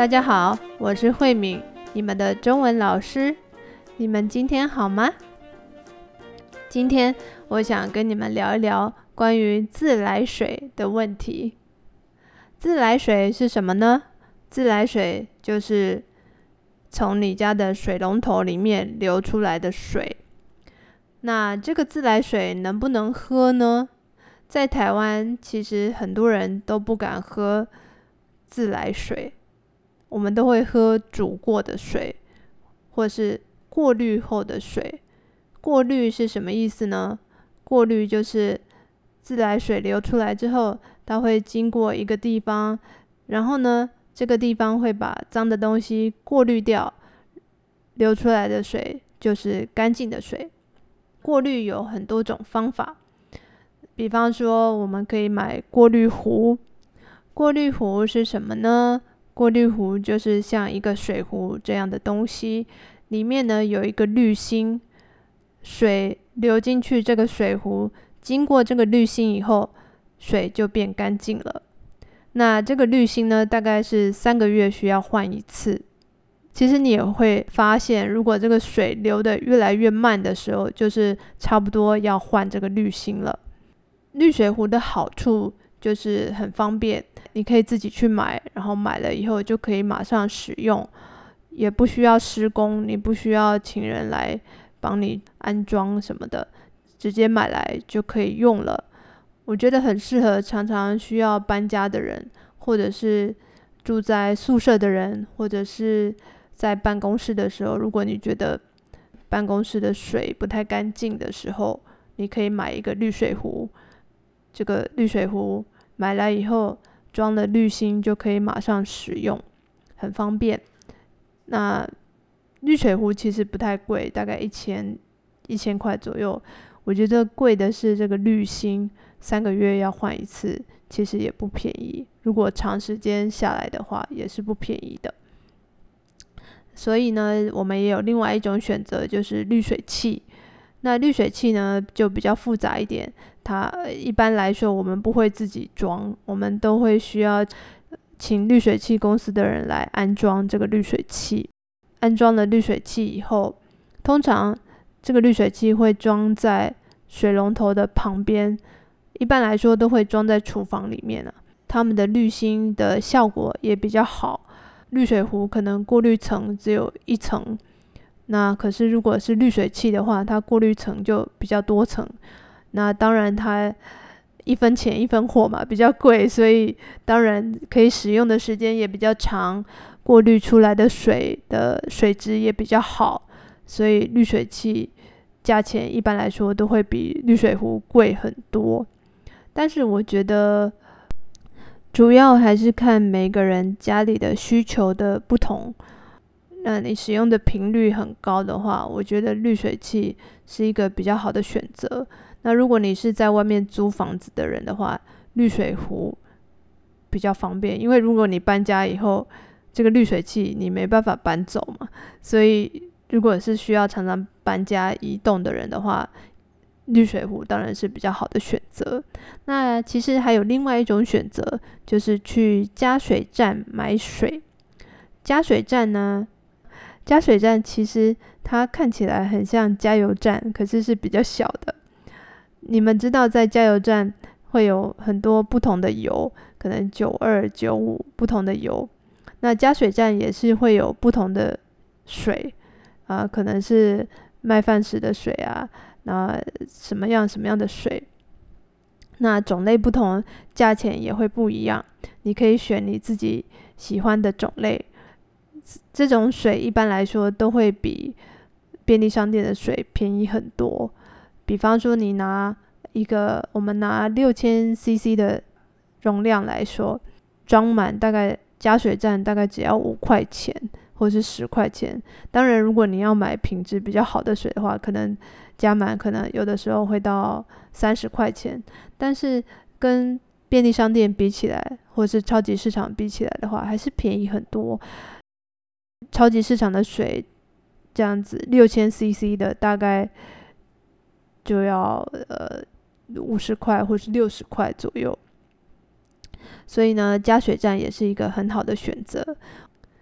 大家好，我是慧敏，你们的中文老师。你们今天好吗？今天我想跟你们聊一聊关于自来水的问题。自来水是什么呢？自来水就是从你家的水龙头里面流出来的水。那这个自来水能不能喝呢？在台湾，其实很多人都不敢喝自来水，我们都会喝煮过的水，或是过滤后的水。过滤是什么意思呢？过滤就是自来水流出来之后，它会经过一个地方，然后呢，这个地方会把脏的东西过滤掉，流出来的水就是干净的水。过滤有很多种方法，比方说我们可以买过滤壶。过滤壶是什么呢？过滤壶就是像一个水壶这样的东西，里面呢有一个滤芯，水流进去这个水壶，经过这个滤芯以后，水就变干净了。那这个滤芯呢，大概是3个月需要换一次。其实你也会发现，如果这个水流得越来越慢的时候，就是差不多要换这个滤芯了。滤水壶的好处就是很方便，你可以自己去买，然后买了以后就可以马上使用，也不需要施工，你不需要请人来帮你安装什么的，直接买来就可以用了。我觉得很适合常常需要搬家的人，或者是住在宿舍的人，或者是在办公室的时候，如果你觉得办公室的水不太干净的时候，你可以买一个滤水壶。这个滤水壶买来以后，装了滤芯就可以马上使用，很方便。那滤水壶其实不太贵，大概1000块左右。我觉得贵的是这个滤芯，3个月要换一次，其实也不便宜。如果长时间下来的话，也是不便宜的。所以呢，我们也有另外一种选择，就是滤水器。那滤水器呢，就比较复杂一点。它一般来说，我们不会自己装，我们都会需要请滤水器公司的人来安装这个滤水器。安装了滤水器以后，通常这个滤水器会装在水龙头的旁边，一般来说都会装在厨房里面啊。它们的滤芯的效果也比较好。滤水壶可能过滤层只有1层，那可是如果是滤水器的话，它过滤层就比较多层。那当然它1分钱1分货嘛，比较贵，所以当然可以使用的时间也比较长，过滤出来的水的水质也比较好，所以滤水器价钱一般来说都会比滤水壶贵很多。但是我觉得主要还是看每个人家里的需求的不同。那你使用的频率很高的话，我觉得滤水器是一个比较好的选择。那如果你是在外面租房子的人的话，滤水壶比较方便，因为如果你搬家以后，这个滤水器你没办法搬走嘛，所以如果是需要常常搬家移动的人的话，滤水壶当然是比较好的选择。那其实还有另外一种选择，就是去加水站买水。加水站呢，加水站其实它看起来很像加油站，可是是比较小的。你们知道在加油站会有很多不同的油，可能92、95不同的油。那加水站也是会有不同的水，可能是卖饭时的水啊，那什么样的水，那种类不同，价钱也会不一样。你可以选你自己喜欢的种类。这种水一般来说都会比便利商店的水便宜很多。比方说你我们拿6000cc 的容量来说，装满大概加水站大概只要5块钱或是10块钱。当然如果你要买品质比较好的水的话，可能加满可能有的时候会到30块钱。但是跟便利商店比起来，或是超级市场比起来的话，还是便宜很多。超级市场的水这样子6000cc 的大概就要50块或是60块左右。所以呢，加水站也是一个很好的选择。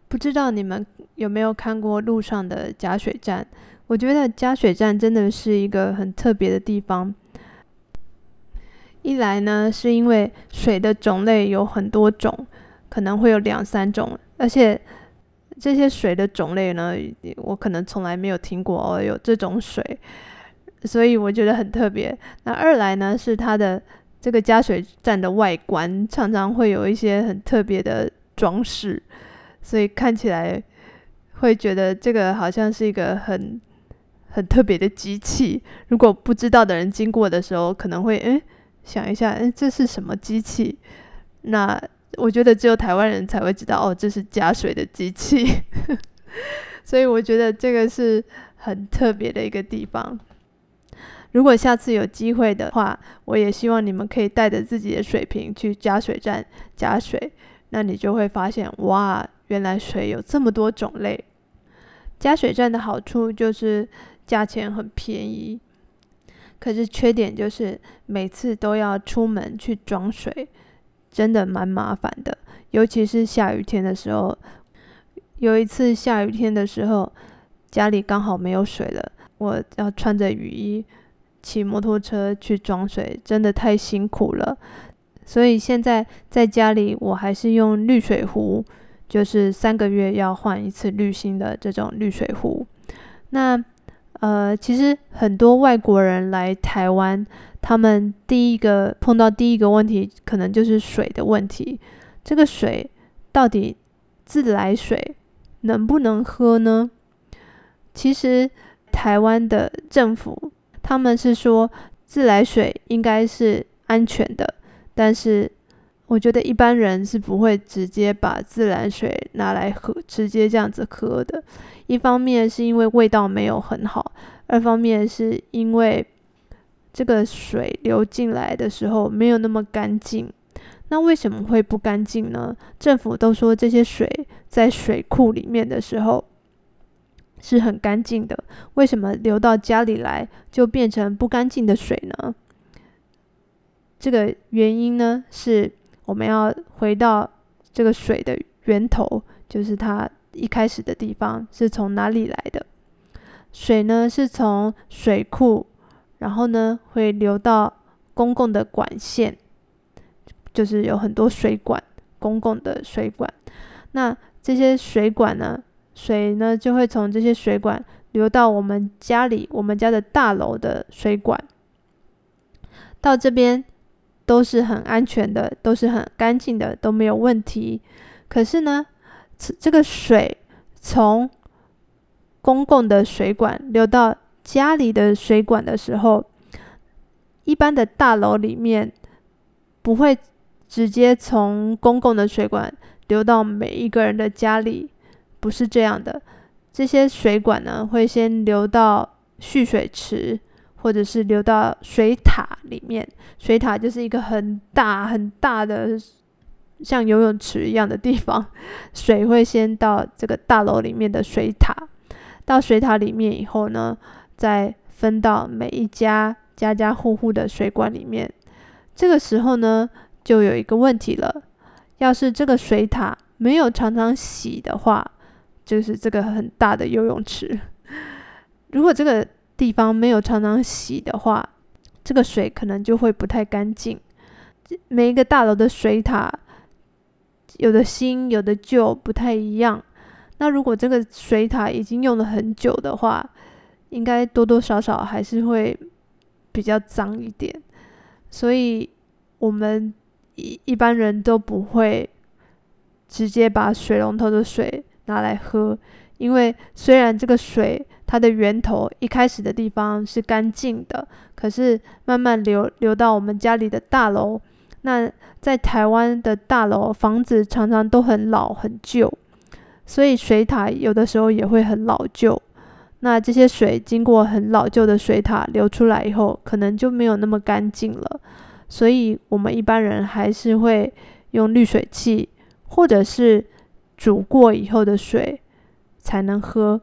不知道你们有没有看过路上的加水站？我觉得加水站真的是一个很特别的地方。一来呢，是因为水的种类有很多种，可能会有2-3种，而且这些水的种类呢，我可能从来没有听过有这种水，所以我觉得很特别。那二来呢，是它的这个加水站的外观常常会有一些很特别的装饰，所以看起来会觉得这个好像是一个很特别的机器。如果不知道的人经过的时候，可能会想一下，这是什么机器？那我觉得只有台湾人才会知道，这是加水的机器。所以我觉得这个是很特别的一个地方。如果下次有机会的话，我也希望你们可以带着自己的水瓶去加水站加水，那你就会发现，哇，原来水有这么多种类。加水站的好处就是价钱很便宜，可是缺点就是每次都要出门去装水，真的蛮麻烦的，尤其是下雨天的时候。有一次下雨天的时候，家里刚好没有水了，我要穿着雨衣骑摩托车去装水，真的太辛苦了。所以现在在家里我还是用滤水壶，就是3个月要换一次滤芯的这种滤水壶。那其实很多外国人来台湾，他们碰到第一个问题可能就是水的问题。这个水到底自来水能不能喝呢？其实台湾的政府他们是说自来水应该是安全的，但是我觉得一般人是不会直接把自来水拿来喝，直接这样子喝的。一方面是因为味道没有很好，二方面是因为这个水流进来的时候没有那么干净。那为什么会不干净呢？政府都说这些水在水库里面的时候是很干净的，为什么流到家里来就变成不干净的水呢？这个原因呢，是我们要回到这个水的源头，就是它一开始的地方是从哪里来的。水呢是从水库，然后呢会流到公共的管线，就是有很多水管，公共的水管。那这些水管呢，水呢就会从这些水管流到我们家的大楼的水管，到这边都是很安全的，都是很干净的，都没有问题。可是呢，这个水从公共的水管流到家里的水管的时候，一般的大楼里面不会直接从公共的水管流到每一个人的家里，不是这样的。这些水管呢，会先流到蓄水池，或者是流到水塔里面。水塔就是一个很大很大的像游泳池一样的地方，水会先到这个大楼里面的水塔，到水塔里面以后呢，再分到每一家户户的水管里面。这个时候呢，就有一个问题了，要是这个水塔没有常常洗的话，就是这个很大的游泳池，如果这个地方没有常常洗的话，这个水可能就会不太干净。每一个大楼的水塔有的新有的旧，不太一样。那如果这个水塔已经用了很久的话，应该多多少少还是会比较脏一点。所以我们一般人都不会直接把水龙头的水拿来喝，因为虽然这个水它的源头一开始的地方是干净的，可是慢慢流到我们家里的大楼。那在台湾的大楼房子常常都很老很旧，所以水塔有的时候也会很老旧。那这些水经过很老旧的水塔流出来以后，可能就没有那么干净了。所以我们一般人还是会用滤水器，或者是煮过以后的水才能喝。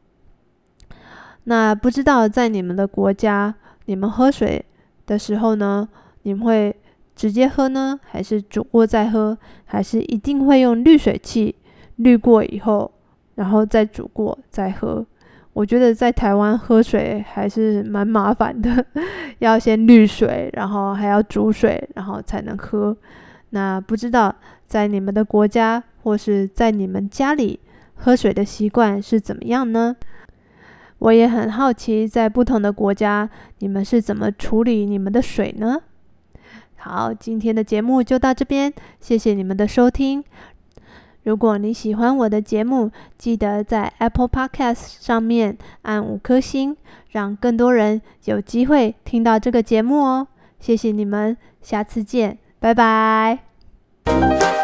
那不知道在你们的国家，你们喝水的时候呢，你们会直接喝呢，还是煮过再喝，还是一定会用滤水器滤过以后，然后再煮过再喝。我觉得在台湾喝水还是蛮麻烦的，要先滤水，然后还要煮水，然后才能喝。那不知道在你们的国家或是在你们家里喝水的习惯是怎么样呢？我也很好奇，在不同的国家，你们是怎么处理你们的水呢？好，今天的节目就到这边，谢谢你们的收听。如果你喜欢我的节目，记得在 Apple Podcast 上面按5颗星，让更多人有机会听到这个节目哦。谢谢你们，下次见，拜拜。